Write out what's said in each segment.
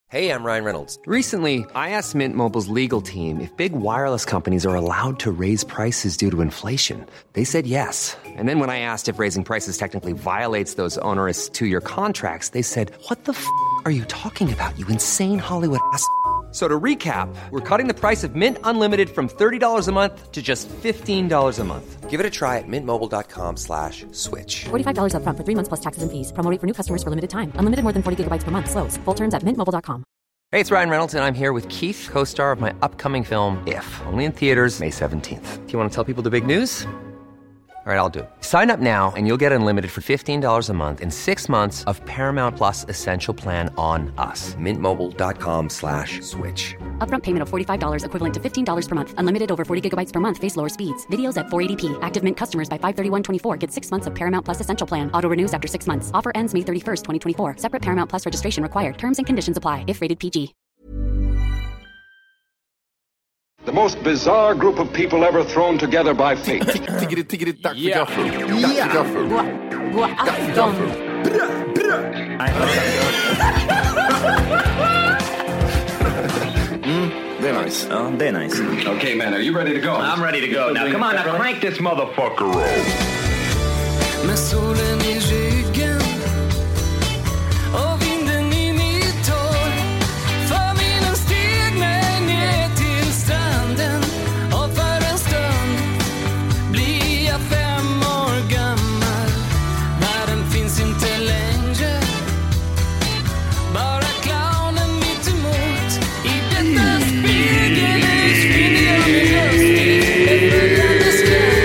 Hey, I'm Ryan Reynolds. Recently, I asked Mint Mobile's legal team if big wireless companies are allowed to raise prices due to inflation. They said yes. And then when I asked if raising prices technically violates those onerous two-year contracts, they said, "What the are you talking about, you insane Hollywood ass?" So to recap, we're cutting the price of Mint Unlimited from $30 a month to just $15 a month. Give it a try at mintmobile.com/switch. $45 up front for 3 months plus taxes and fees. Promo rate for new customers for limited time. Unlimited more than 40 gigabytes per month slows. Full terms at mintmobile.com. Hey, it's Ryan Reynolds, and I'm here with Keith, co-star of my upcoming film, If, only in theaters May 17th. Do you want to tell people the big news? All right, I'll do it. Sign up now and you'll get unlimited for $15 a month and 6 months of Paramount Plus Essential Plan on us. Mintmobile.com/switch. Upfront payment of $45 equivalent to $15 per month. Unlimited over 40 gigabytes per month. Face lower speeds. Videos at 480p. Active Mint customers by 531.24 get 6 months of Paramount Plus Essential Plan. Auto renews after 6 months. Offer ends May 31st, 2024. Separate Paramount Plus registration required. Terms and conditions apply if rated PG. The most bizarre group of people ever thrown together by fate. Tiggeri, tack för gaffel. Tack för gaffel. God afton. Det är nice. Ja, det är nice. Okay, man, are you ready to go? I'm ready to go. Now, come on, now crank this motherfucker roll. Med solen i ryggen och vinden i mitt hår. Familjen steg mig ner till stranden och för en stund blir jag 5 år gammal. Världen finns inte längre, bara clownen mitt emot. I detta spegelljus finner jag min röst. Ett följande skratt.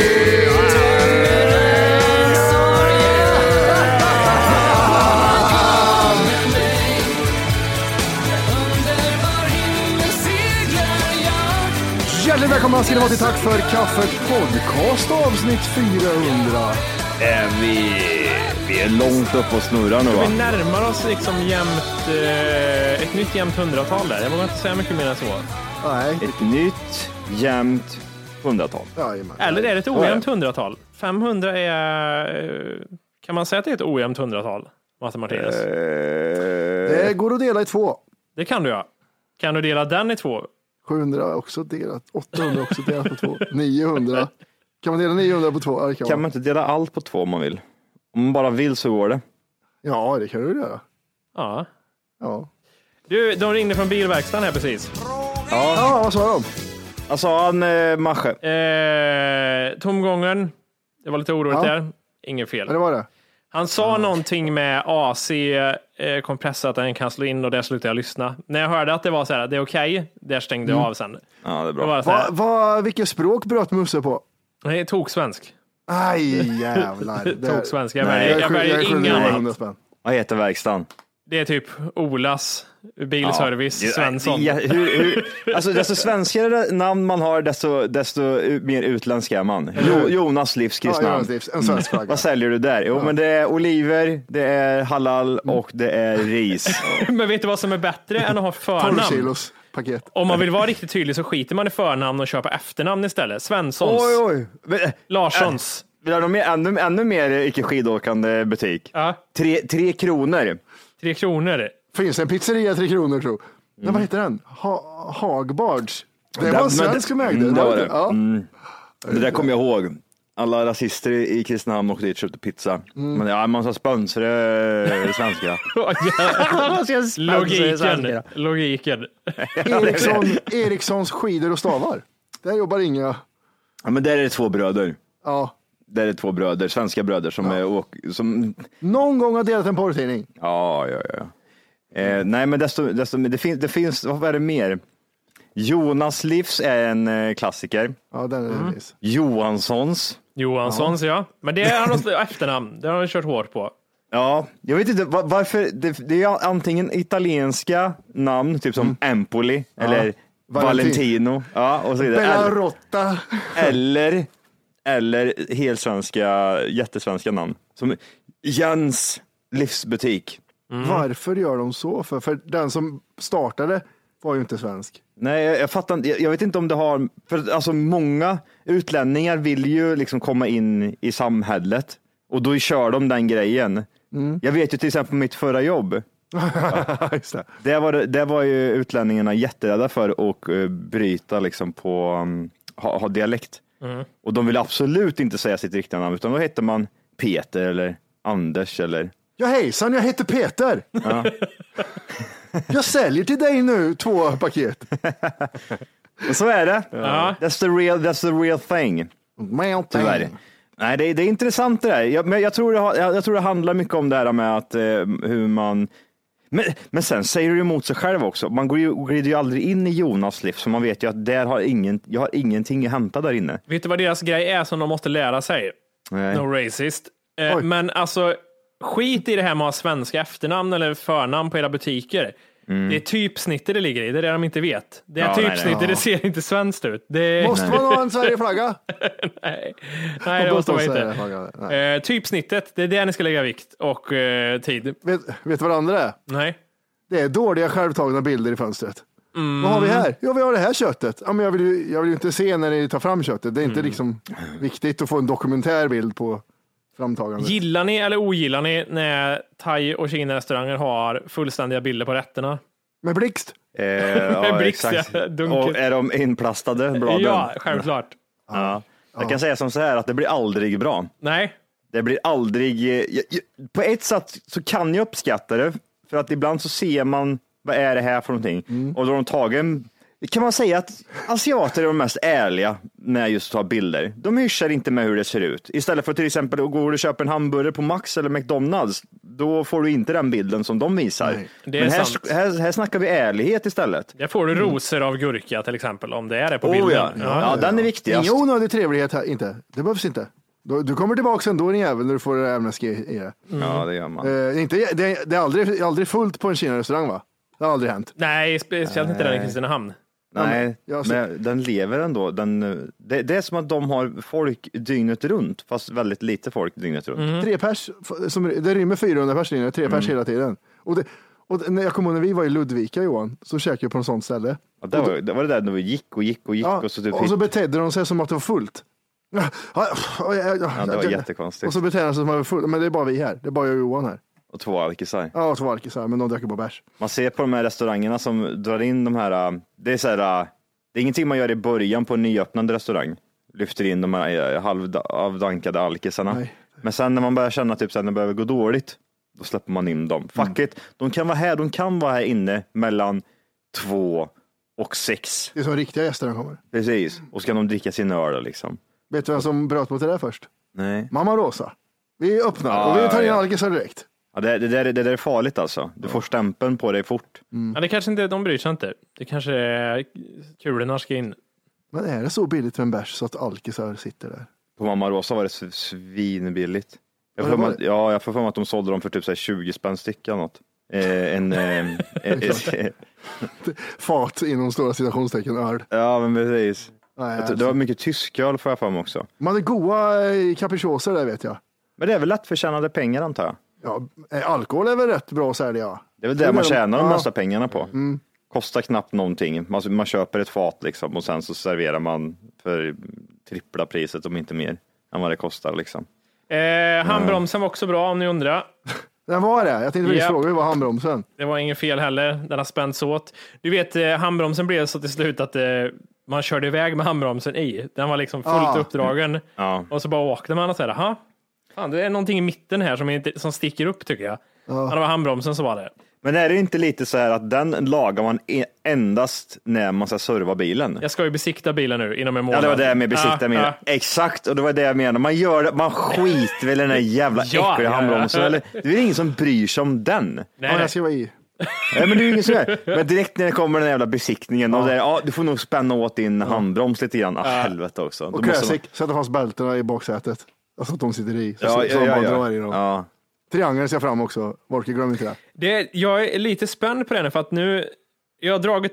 Hjärtligt välkomna ska ni vara till Tack för kaffet podcast avsnitt 400. Vi är långt upp och snurrar nu, va? Vi närmar oss liksom ett nytt jämnt 100-tal där. Jag vågar inte säga mycket mer än så. Nej. Ett nytt jämnt 100-tal. Jajamän. Eller är det ett ojämnt 100-tal? 500 är... Kan man säga att det är ett ojämnt 100-tal? Massa Martinez. Det går att dela i 2. Det kan du, ja. Kan du dela den i 2? 700 också delat. 800 också delat på 2. 900. Kan man dela 900 på 2? Ja, Kan man inte dela allt på 2 om man vill? Om man bara vill så går det. Ja, det kan du göra. Ja. Ja. Du, de ringde från bilverkstaden här precis. Ja, vad sa de? Vad sa han, Masche? Tomgången. Det var lite oroligt där. Inget fel. Ja, det var det. Han sa någonting med AC kompressor att den kan slå in och där slutade jag lyssna. När jag hörde att det var så här, det är okej, där stängde jag av sen. Ja, det är bra. Det var Vilket språk bröt Musse på? Nej, tog svensk. Aj, jävlar. Tog svensk. Jag väljer inga annat. Vad heter verkstaden? Det är typ Olas bilservice, Svensson. Ja, alltså desto svenskare namn man har, desto mer utländska är man. Jonas Livs kristna. Jonas Livs, en svensk flagga. Vad säljer du där? Jo, men det är oliver, det är halal och det är ris. Men vet du vad som är bättre än att ha förnamn? 12 kilos paket. Om man vill vara riktigt tydlig så skiter man i förnamn och köper efternamn istället. Svenssons. Oj. Larssons. Vill du ha ännu mer icke skidåkande butik? Ja. 3 kronor. 3 kronor. Finns en pizzeria 3 kronor, tror jag. Men vad heter den? Hagbards. Det var en svensk som ägde. Det var det. Ja. Det där kommer jag ihåg. Alla rasister i Kristinehamn åkte dit och köpte pizza. Men ja, man sa sponsra svenska. Logiken. Erikssons skidor och stavar. Där jobbar inga. Ja, men där är det 2 bröder. Ja. Där är 2 bröder, svenska bröder som någon gång har delat en porrtidning. Ja. Nej, men det finns, vad är det mer? Jonas Livs är en klassiker. Ja, den är det. Johanssons, ja. Men det är hans efternamn. Det har han kört hårt på. Ja, jag vet inte varför. Det är antingen italienska namn, typ som Empoli eller Valentino. Ja, och så vidare. Bellarotta. Eller helt svenska, jättesvenska namn. Som Jens livsbutik. Varför gör de så? För den som startade var ju inte svensk. Nej, jag fattar inte. Jag vet inte om det har... För alltså många utlänningar vill ju liksom komma in i samhället. Och då kör de den grejen. Jag vet ju till exempel på mitt förra jobb. Just det. Det var ju utlänningarna jätterädda för att bryta liksom på ha dialekt. Och de ville absolut inte säga sitt riktiga namn, utan då hette man Peter eller Anders eller... Ja hejsan, jag heter Peter. Ja. Jag säljer till dig nu 2 paket. Och så är det. Ja. That's the real thing. Tyvärr. Nej, det är intressant det där. Men jag tror det handlar mycket om det här med att hur man... Men sen säger du emot sig själv också. Man glider ju aldrig in i Jonas liv, så man vet ju att jag har ingenting att hämta där inne. Vet du vad deras grej är som de måste lära sig? Nej. No racist. Men alltså, skit i det här med att ha svenska efternamn eller förnamn på era butiker. Det är typsnittet det ligger i, det är det de inte vet. Det är typsnittet, det ser inte svenskt ut. Måste man ha en Sverigeflagga? Nej, det måste man inte. Typsnittet, det är det ni ska lägga vikt och tid. Vet du vad det andra är? Nej. Det är dåliga självtagna bilder i fönstret. Vad har vi här? Ja, vi har det här köttet. Ja, men jag vill ju inte se när ni tar fram köttet. Det är inte liksom viktigt att få en dokumentär bild på framtagandet. Gillar ni eller ogillar ni när thai- och Kina-restauranger har fullständiga bilder på rätterna? Med blixt? Ja, Blixt, exakt. ja, dunkelt. Och är de inplastade bladen? Ja, självklart. Ja. Jag kan säga som så här att det blir aldrig bra. Nej. Det blir aldrig... På ett sätt så kan jag uppskatta det, för att ibland så ser man vad är det här för någonting. Och då de tagen... Kan man säga att asiater är de mest ärliga när just tar bilder. De hyschar inte med hur det ser ut. Istället för till exempel att gå och köpa en hamburgare på Max eller McDonalds, då får du inte den bilden som de visar. Nej. Det är Men sant. här snackar vi ärlighet istället. Där får du rosor av gurka till exempel, om det är det på bilden. Ja, den är viktigast. Ingen onödig trevlighet här, inte. Det behövs inte. Du kommer tillbaka sen, då är det en jävel när du får ämnesk i det. Ja, det gör man. Det är aldrig fullt på en Kina-restaurang, va? Det har aldrig hänt. Nej, speciellt inte den i Kristinehamn. Nej, men den lever ändå. Det är som att de har folk dygnet runt, fast väldigt lite folk dygnet runt. 3 pers, det rymmer 400 pers inne, 3 pers hela tiden. Och när jag kommer ihåg när vi var i Ludvika, Johan, så käkade jag på en sån ställe. Ja, det var det där när vi gick ja, och så typ och så betedde de sig som att det var fullt. Ja, det var jättekonstigt. Och så betedde de sig som att det var fullt. Men det är bara vi här, det är bara jag och Johan här. Och 2 alkisar. Ja, 2 alkisar, men de dricker bara bärs. Man ser på de här restaurangerna som drar in de här, det är så här, det är ingenting man gör i början på en nyöppnande restaurang. Lyfter in de här halvavdankade alkisarna. Nej. Men sen när man börjar känna typ så här, när det börjar gå dåligt, då släpper man in dem. Fuck it, de kan vara här inne mellan 2 och 6. Det är som riktiga gäster de kommer. Precis, och ska de dricka sin öl liksom. Vet du vem som bröt mot det där först? Nej. Mamma Rosa. Vi öppnar och vi tar in alkisar direkt. Ja, det där är farligt alltså. Du får stämpeln på dig fort. Ja, det kanske inte, de bryr sig inte. Det kanske är kulorna ska in. Men är det så billigt för en bärs så att alkisar sitter där? På Mamma Rosa var det svinbilligt. Jag får för mig att de sålde dem för typ så här 20 spänn styck eller något. Fat inom stora citationstecken öl. Ja, men precis. Nej, det var mycket tysköl får jag för mig också. Man hade goa capriccioser där, vet jag. Men det är väl lättförtjänade pengar, antar jag. Ja, alkohol är väl rätt bra att sälja. Det är väl det man tjänar de mesta pengarna på. Kostar knappt någonting. Man köper ett fat liksom, och sen så serverar man för trippla priset, om inte mer, än vad det kostar liksom. Handbromsen var också bra, om ni undrar. Den var det. Jag tänkte precis fråga, hur var handbromsen? Det var ingen fel heller. Den har spänts åt. Du vet, handbromsen blev så till slut att man körde iväg med handbromsen i. Den var liksom fullt uppdragen. Och så bara åkte man och sa, fan, det är någonting i mitten här som sticker upp, tycker jag. Ja, det var handbromsen så var det. Men är det inte lite så här att den lagar man endast när man ska serva bilen? Jag ska ju besikta bilen nu inom en månad. Ja, det var det jag med besikta bilen. Exakt, och det var det jag menade. Man gör det, man skiter väl i den här jävla äckliga handbromsen. Eller? Det är ingen som bryr sig om den. Nej. Ja, jag ska vara i. Ja, men det är ingen så här. Men direkt när det kommer den jävla besiktningen och du får nog spänna åt din handbroms lite grann. Helvete också. Och Classic, sätta fast bälterna i baksätet. Alltså att de sitter i. Så de bara drar i dem. Triangeln ser fram också. Volker, glöm inte det. Jag är lite spänd på den, för att nu jag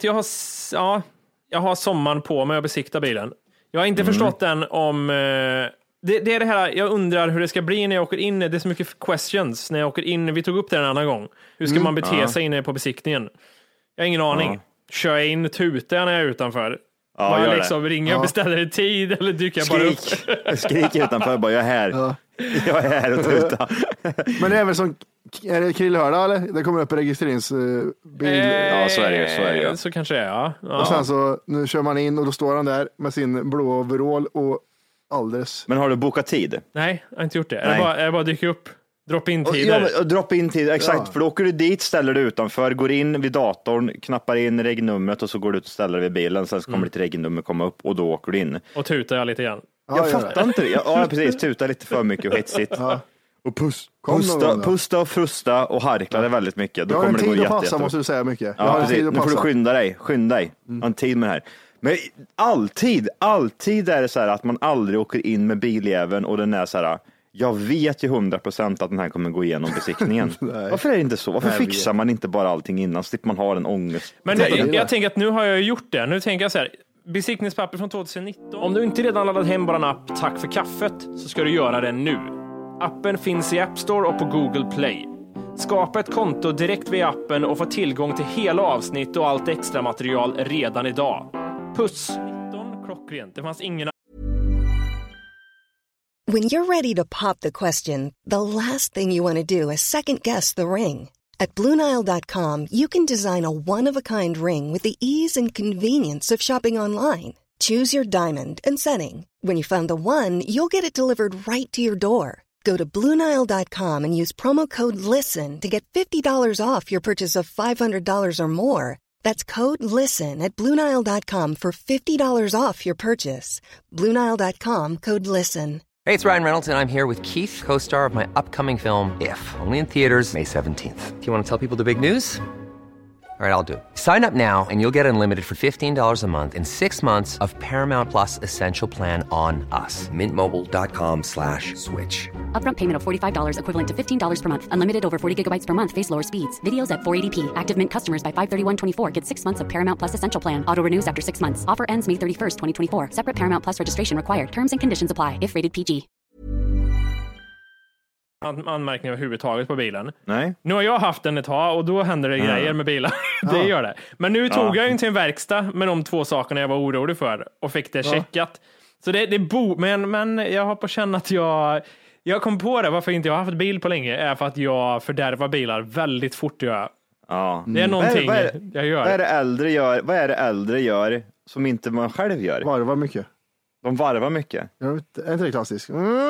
har sommaren på mig att besikta bilen. Jag har inte förstått den om det är det här, jag undrar hur det ska bli när jag åker in. Det är så mycket questions när jag åker in. Vi tog upp det en annan gång. Hur ska man bete sig inne på besiktningen? Jag har ingen aning. Kör jag in, tutar jag när jag är utanför? Jag liksom ringer och beställer i tid, eller dyker jag bara upp? Skrik utanför, bara jag är här. Jag är här och tutar. Men det är väl som är det Krillhörda eller? Det kommer upp en registreringsbil. Ja, så är det ju. Så kanske det är, ja. Och sen så, nu kör man in och då står han där med sin blå overall och alldeles. Men har du bokat tid? Nej, jag har inte gjort det. Är det bara dyka upp? Drop-in-tider? Ja, drop-in-tider, exakt. För då åker du dit, ställer du utanför, går in vid datorn, knappar in regnumret och så går du ut och ställer dig vid bilen. Sen så kommer ditt regnummer komma upp och då åker du in. Och tutar jag lite grann. Jag fattar inte det. Ja, precis. Tuta lite för mycket och hetsigt. Ja. Och pusta och frusta och harkla det väldigt mycket. Då kommer det gå passa, måste du säga mycket. Ja, precis. Nu får du skynda dig. Ha en tid med det här. Men alltid är det så här att man aldrig åker in med biljäveln och den är så här, jag vet ju 100% att den här kommer gå igenom besiktningen. Varför är det inte så? Varför fixar man inte bara allting innan? Slipper man ha en ångest? Men jag tänker att nu har jag gjort det. Nu tänker jag så här, besiktningspapper från 2019. Om du inte redan laddat hem bara en app Tack för kaffet så ska du göra det nu. Appen finns i App Store och på Google Play. Skapa ett konto direkt via appen och få tillgång till hela avsnitt och allt extra material redan idag. Puss! 19, klockrent. Det fanns ingen. When you're ready to pop the question, the last thing you want to do is second-guess the ring. At BlueNile.com, you can design a one-of-a-kind ring with the ease and convenience of shopping online. Choose your diamond and setting. When you find the one, you'll get it delivered right to your door. Go to BlueNile.com and use promo code LISTEN to get $50 off your purchase of $500 or more. That's code LISTEN at BlueNile.com for $50 off your purchase. BlueNile.com, code LISTEN. Hey, it's Ryan Reynolds, and I'm here with Keith, co-star of my upcoming film, If, only in theaters May 17th. Do you want to tell people the big news? All right, I'll do it. Sign up now and you'll get unlimited for $15 a month and 6 months of Paramount Plus Essential Plan on us. mintmobile.com/switch. Upfront payment of $45 equivalent to $15 per month. Unlimited over 40 gigabytes per month. Face lower speeds. Videos at 480p. Active Mint customers by 531.24 get 6 months of Paramount Plus Essential Plan. Auto renews after 6 months. Offer ends May 31st, 2024. Separate Paramount Plus registration required. Terms and conditions apply if rated PG. Anmärkning överhuvudtaget på bilen. Nej. Nu har jag haft den ett tag och då händer det grejer med bilar. Det gör det. Men nu tog jag in till en verkstad med de 2 sakerna jag var orolig för och fick det checkat. Så men jag har på känna att jag kom på det, varför inte jag har haft bil på länge är för att jag fördärvar bilar väldigt fort. Ja. Det är någonting jag gör. Vad är det äldre gör som inte man själv gör? Varvar mycket. De varvar mycket. Jag vet, är inte det klassiskt?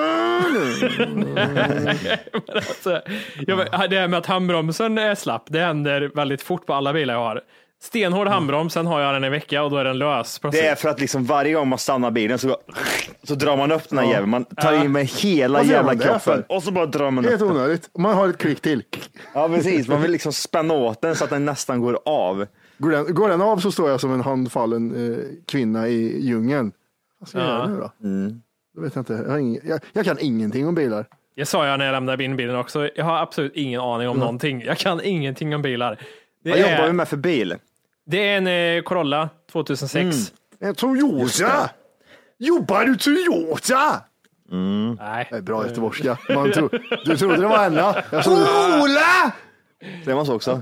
Det här med att handbromsen är slapp, det händer väldigt fort på alla bilar jag har. Stenhård handbroms, sen har jag den en vecka och då är den lös. Det är för att liksom varje gång man stannar bilen så drar man upp den här jäveln. Man tar in med hela jävla kroppen och så bara drar man upp den. Helt onödigt. Man har ett klick till. Ja, precis. Man vill liksom spänna åt den så att den nästan går av. Går den av så står jag som en handfallen kvinna i djungeln. Vad ska jag göra nu då? Jag vet inte. Jag kan ingenting om bilar. Jag sa när jag lämnade in bilen också. Jag har absolut ingen aning om någonting. Jag kan ingenting om bilar. Vad jobbar vi med för bil? Det är en Corolla 2006. En Toyota! Jobbar du Toyota? Nej. Det är bra göteborgska. Du trodde det var Anna. Corolla! Det var så också.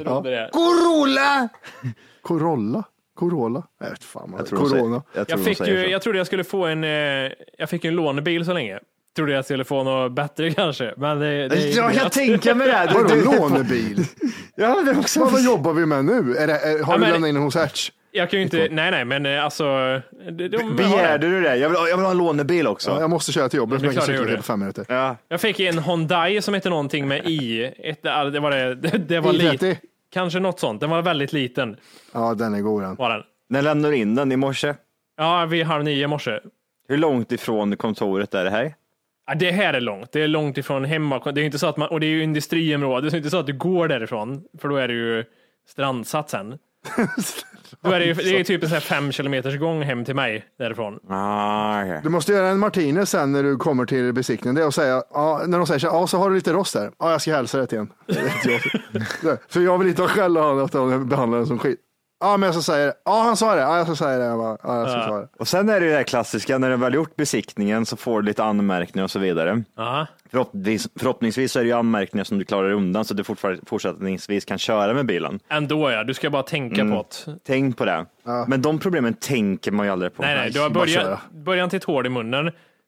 Corolla? Jag vet fan. Corona. Jag trodde jag skulle få jag fick en lånebil så länge. Trodde jag skulle få något bättre kanske. Men jag kan tänka mig det. Vadå lånebil? Ja, det också. Vad jobbar vi med nu? Har du lämnat in hos Hertz? Jag kan ju inte, nej men alltså begärde du det? Jag vill ha en lånebil också. Jag måste köra till jobbet, men jag kan cykla på 5 minuter. Ja. Jag fick en Hyundai som heter någonting med det var lite. Kanske något sånt. Den var väldigt liten. Ja, den är god den. Var den. När lämnade du in den i morse? Ja, vid 8:30 i morse. Hur långt ifrån kontoret är det här? Ja, det här är långt. Det är långt ifrån hemma. Det är inte så att och det är ju industriområde. Det är inte så att du går därifrån. För då är det ju strandsatt sen. Då är det är typ en sån här 5 kilometers gång hem till mig därifrån. Du måste göra en Martinez sen när du kommer till besiktningen. Det är att säga, när de säger så har du lite rost där. Ja, jag ska hälsa det till en. För jag vill inte ha skäll att de behandlar den som skit. Ja, men jag ska säga det. Ja, han sa det. Ja, jag ska säga det. Jag ska säga det. Och sen är det ju det klassiska, när du väl gjort besiktningen så får du lite anmärkningar och så vidare. Förhoppningsvis är det ju anmärkningar som du klarar undan så du fortsättningsvis kan köra med bilen. Ändå du ska bara tänka på det. Tänk på det. Ja. Men de problemen tänker man ju aldrig på. Nej, du har början till ett hål i munnen.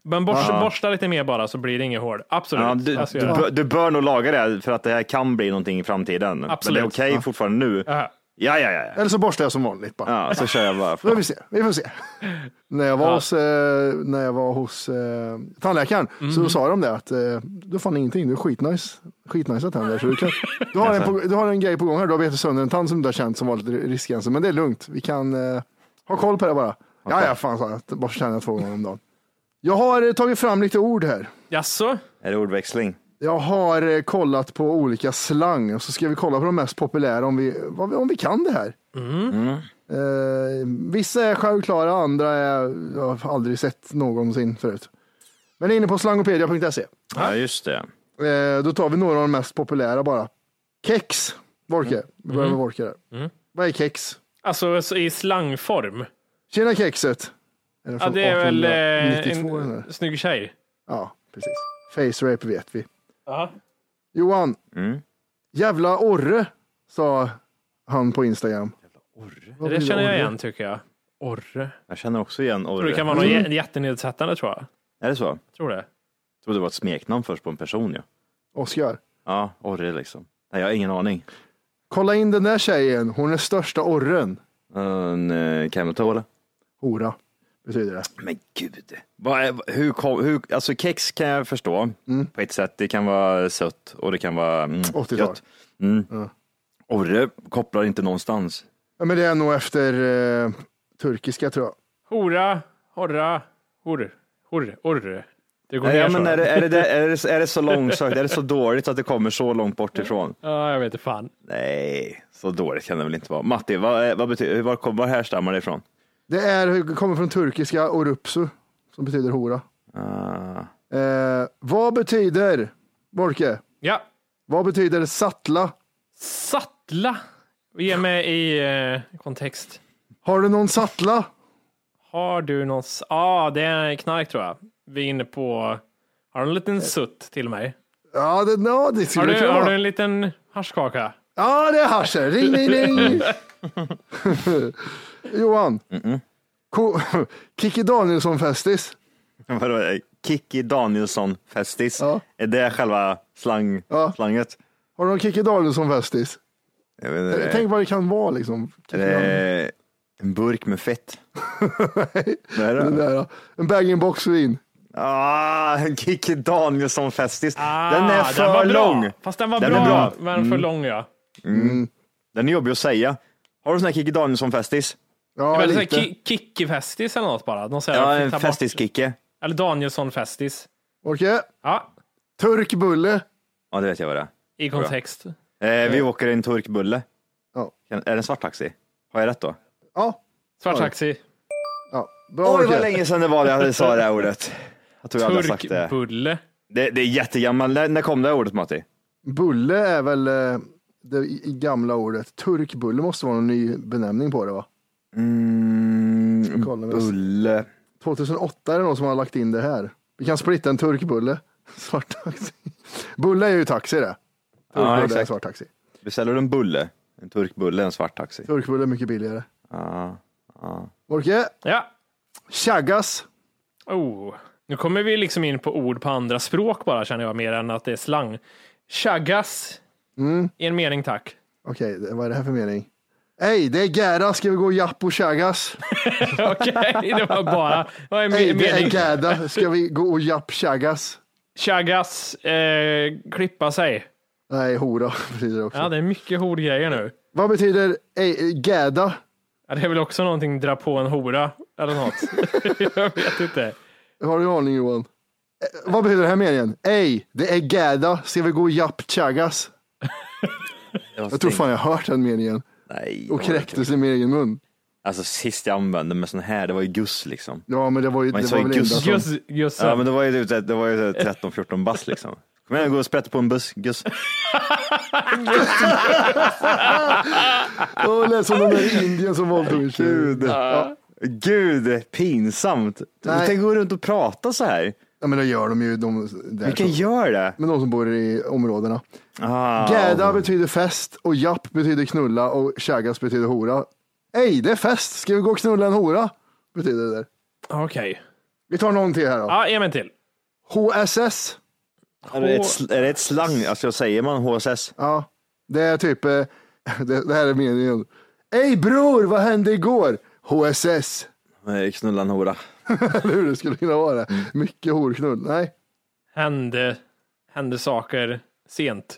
Men borsta lite mer bara så blir det inget hår. Absolut. Ja, du bör nog laga det för att det här kan bli någonting i framtiden. Absolut. Men det är okej fortfarande nu. Ja. Eller så borstar jag som vanligt bara. Ja, så kör jag bara. Vi får se. När jag var hos tandläkaren så sa de det att du fann ingenting, du är skitnice tänder. Så du har en grej på gång här, du har betat sönder en tand som du har känt som var lite riskgränser, men det är lugnt. Vi kan ha koll på det bara. Ja, fan sa jag. Bara känna 2 gånger om dagen. Jag har tagit fram lite ord här. Jaså? Är det ordväxling? Jag har kollat på olika slang och så ska vi kolla på de mest populära om vi kan det här. Vissa är självklara, andra är jag har aldrig sett någonsin förut. Men inne på slangopedia.se. Ja, just det. Då tar vi några av de mest populära bara. Kex. Vorke. Vi börjar med Vorke där. Vad är kex? Alltså i slangform. Tjena kexet. Ja, det är väl en snygg tjej. Ja, precis. Face rape vet vi. Aha. Johan. Jävla orre, sa han på Instagram. Det känner jag igen tycker jag. Orre. Jag känner också igen orre. Tror det kan vara något jättenedsättande tror jag. Är det så? Tror det. Jag trodde det var ett smeknamn först på en person, ja. Oskar. Ja, orre liksom. Nej, jag har ingen aning. Kolla in den där tjejen. Hon är största orren. En kameltåle. Hora betyder det. Men gud. Hur, alltså kex kan jag förstå på ett sätt. Det kan vara sött och det kan vara 80-tal. gött. Orre kopplar inte någonstans. Ja, men det är nog efter turkiska tror jag. Hora, horra, orre. Det går Nej, ner men så. är det så långsökt? Är det så dåligt att det kommer så långt bort ifrån? Ja, jag vet inte fan. Nej, så dåligt kan det väl inte vara. Matti, vad betyder, var härstammar det ifrån? Det kommer från turkiska orupsu, som betyder hora. Vad betyder, Borke? Ja. Vad betyder sattla? Sattla? Vi är med i kontext. Har du någon sattla? Har du någon... det är knark tror jag. Vi är inne på... Har du en liten sutt till mig? Ja, det skulle kunna Har vara. du en liten haschkaka? Ja, det är hasch. Ring. Johan. Kikki Danielsson-festis. Vadå? Kikki Danielsson-festis? Ja. Är det själva slanget? Har du någon Kikki Danielsson-festis? Tänk vad det kan vara liksom. En burk med fett. En bag-in-box vin. En Kikki Danielsson-festis. Den är för den var lång. Bra. Fast den var bra, men för lång ja. Den är jobbig att säga. Har du sån här Kikki Danielsson-festis? Ja, eller lite. Kikki-festis eller något bara. De säger en festis-Kikki. Eller Danielsson-festis. Okej. Ja. Turkbulle. Ja, det vet jag vad det är. I kontext. Vi åker i en turkbulle. Ja. Är det en svart taxi? Har jag rätt då? Ja. Svart taxi. Ja. Bra, Det var länge sedan det var jag sa det här ordet. Jag tror jag hade sagt det. Turkbulle. Det är jättegammalt. När kom det ordet, Matti? Bulle är väl det gamla ordet. Turkbulle måste vara en ny benämning på det, va? Bulle. 2008 är det någon som har lagt in det här. Vi kan splitta en turkbulle. Svart taxi. Bulle är ju taxi det. Turkbulle är en svart taxi. Beställer du en bulle? En turkbulle, en svart taxi. Turkbulle är mycket billigare. Ja. Orke? Ja. Chaggas. Nu kommer vi liksom in på ord på andra språk bara, känner jag, mer än att det är slang. Chaggas. I en mening, tack. Okej, vad är det här för mening? Hej, det är Gära. Ska vi gå japp och chaggas? Okej, det var bara... Vad är Hej, det är mening? Gära. Ska vi gå och japp chaggas? Chaggas, klippa sig. Nej, hora betyder det också. Ja, det är mycket hordgrejer nu. Vad betyder gäda? Ja, det är väl också någonting, dra på en hora eller något. Jag vet inte. Har du aning, Johan? Vad betyder det här meningen? Ej, det är gäda. Ska vi gå och japp chaggas? Jag tror fan jag har hört den meningen. Nej. Och kräktes i min egen mun. Alltså sist jag använde med sån här, det var ju Gus liksom. Ja, men det var ju Man det sa var ju väl Gus. enda som... Gus. Ja, men det var ju 13-14 bass liksom. Kom igen, gå och sprätta på en buss, Gus. Åh, det är som den där i Indien som våldtog en tjej. Gud, pinsamt. Nej. Tänk gå runt och prata så här. Ja, men det gör de ju. Vilka gör det? Men de som bor i områdena. Gäda betyder fest och japp betyder knulla och chaggas betyder hora. Ej, det är fest. Ska vi gå och knulla en hora? Betyder det där. Okej. Vi tar någon till här då. Ja, en till. HSS. Är det ett slang? Alltså säger man HSS? Ja, det är typ, det här är meningen. Ey bror, vad hände igår? HSS. Nej, knulla en hora. Eller hur det skulle kunna vara. Mycket horknull. Nej. Hände saker sent.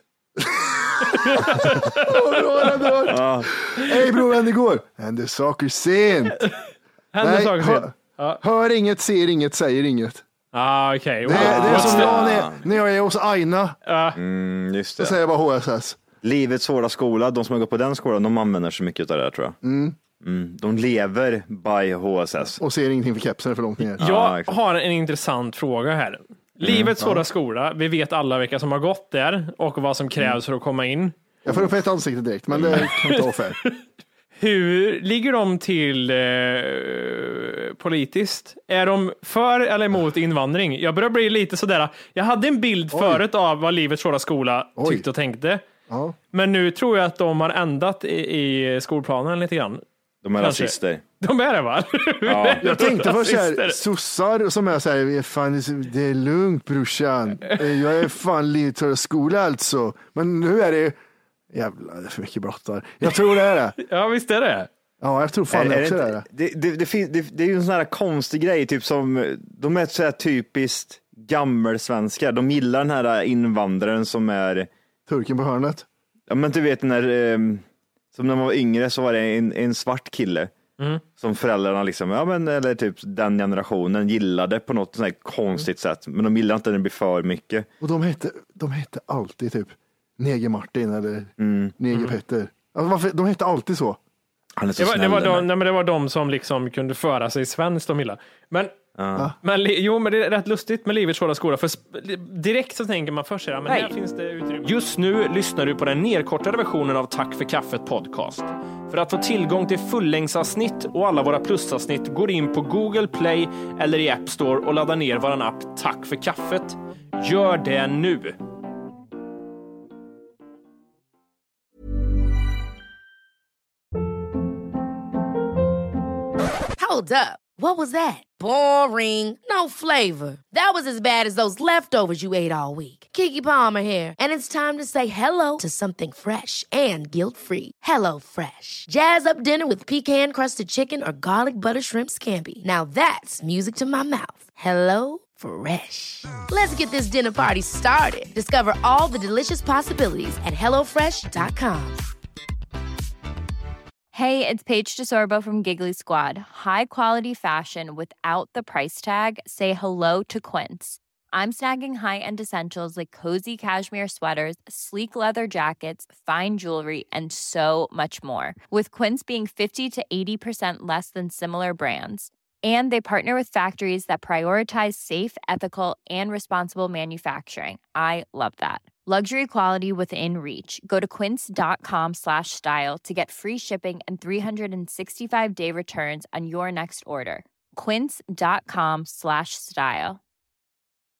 Ey bror, vad hände igår? Hände saker sent. Hände saker sent. Hör inget, ser inget, säger inget. Okej. Det är som jag när jag är hos Aina. Just Så det. säger jag bara HSS. Livets svåra skola, de som har gått på den skolan, de använder så mycket av det där, tror jag. De lever by HSS. Och ser ingenting för kepsen för långt ner. Jag har en intressant fråga här. Livets svåra skola, vi vet alla vilka som har gått där och vad som krävs för att komma in. Jag får upp ett ansikte direkt, men det kan inte vara fair. Hur ligger de till politiskt? Är de för eller emot invandring? Jag börjar bli lite sådär. Jag hade en bild förut av vad Livets svåra skola tyckte och tänkte. Ja. Men nu tror jag att de har ändrat i skolplanen lite grann. De är rasister. De är det, va? Ja. Jag tänkte först såhär, sossar som är såhär, fan det är lugnt brorsan. Jag är fan lite skola alltså. Men nu är det, jävlar det är för mycket brottar. Jag tror det är det. Ja, visst är det. Ja, jag tror fan det också är det. Det är ju en sån här konstig grej, typ som, de är så här typiskt gammelsvenskar. De gillar den här invandraren som är turken på hörnet. Ja, men du vet som när man var yngre så var det en svart kille som föräldrarna liksom, eller typ den generationen gillade på något sånt här konstigt sätt, men de gillade inte när det blir för mycket. Och de hette alltid typ Neger Martin eller Neger Petter. Alltså, varför? De hette alltid så. Han är så snäll, det var de som liksom kunde föra sig svenskt och gilla. Men men det är rätt lustigt med Livets svåra skola, för direkt så tänker man först men här finns det utrymme. Just nu lyssnar du på den nedkortade versionen av Tack för kaffet podcast. För att få tillgång till fullängdsavsnitt och alla våra plusavsnitt går in på Google Play eller i App Store och laddar ner våran app Tack för kaffet. Gör det nu. Hold up. What was that? Boring. No flavor. That was as bad as those leftovers you ate all week. Keke Palmer here, and it's time to say hello to something fresh and guilt-free. Hello Fresh. Jazz up dinner with pecan-crusted chicken or garlic butter shrimp scampi. Now that's music to my mouth. Hello Fresh. Let's get this dinner party started. Discover all the delicious possibilities at hellofresh.com. Hey, it's Paige DeSorbo from Giggly Squad. High quality fashion without the price tag. Say hello to Quince. I'm snagging high-end essentials like cozy cashmere sweaters, sleek leather jackets, fine jewelry, and so much more. With Quince being 50 to 80% less than similar brands. And they partner with factories that prioritize safe, ethical, and responsible manufacturing. I love that. Luxury quality within reach. Go to quince.com/style to get free shipping and 365-day returns on your next order. Quince.com/style.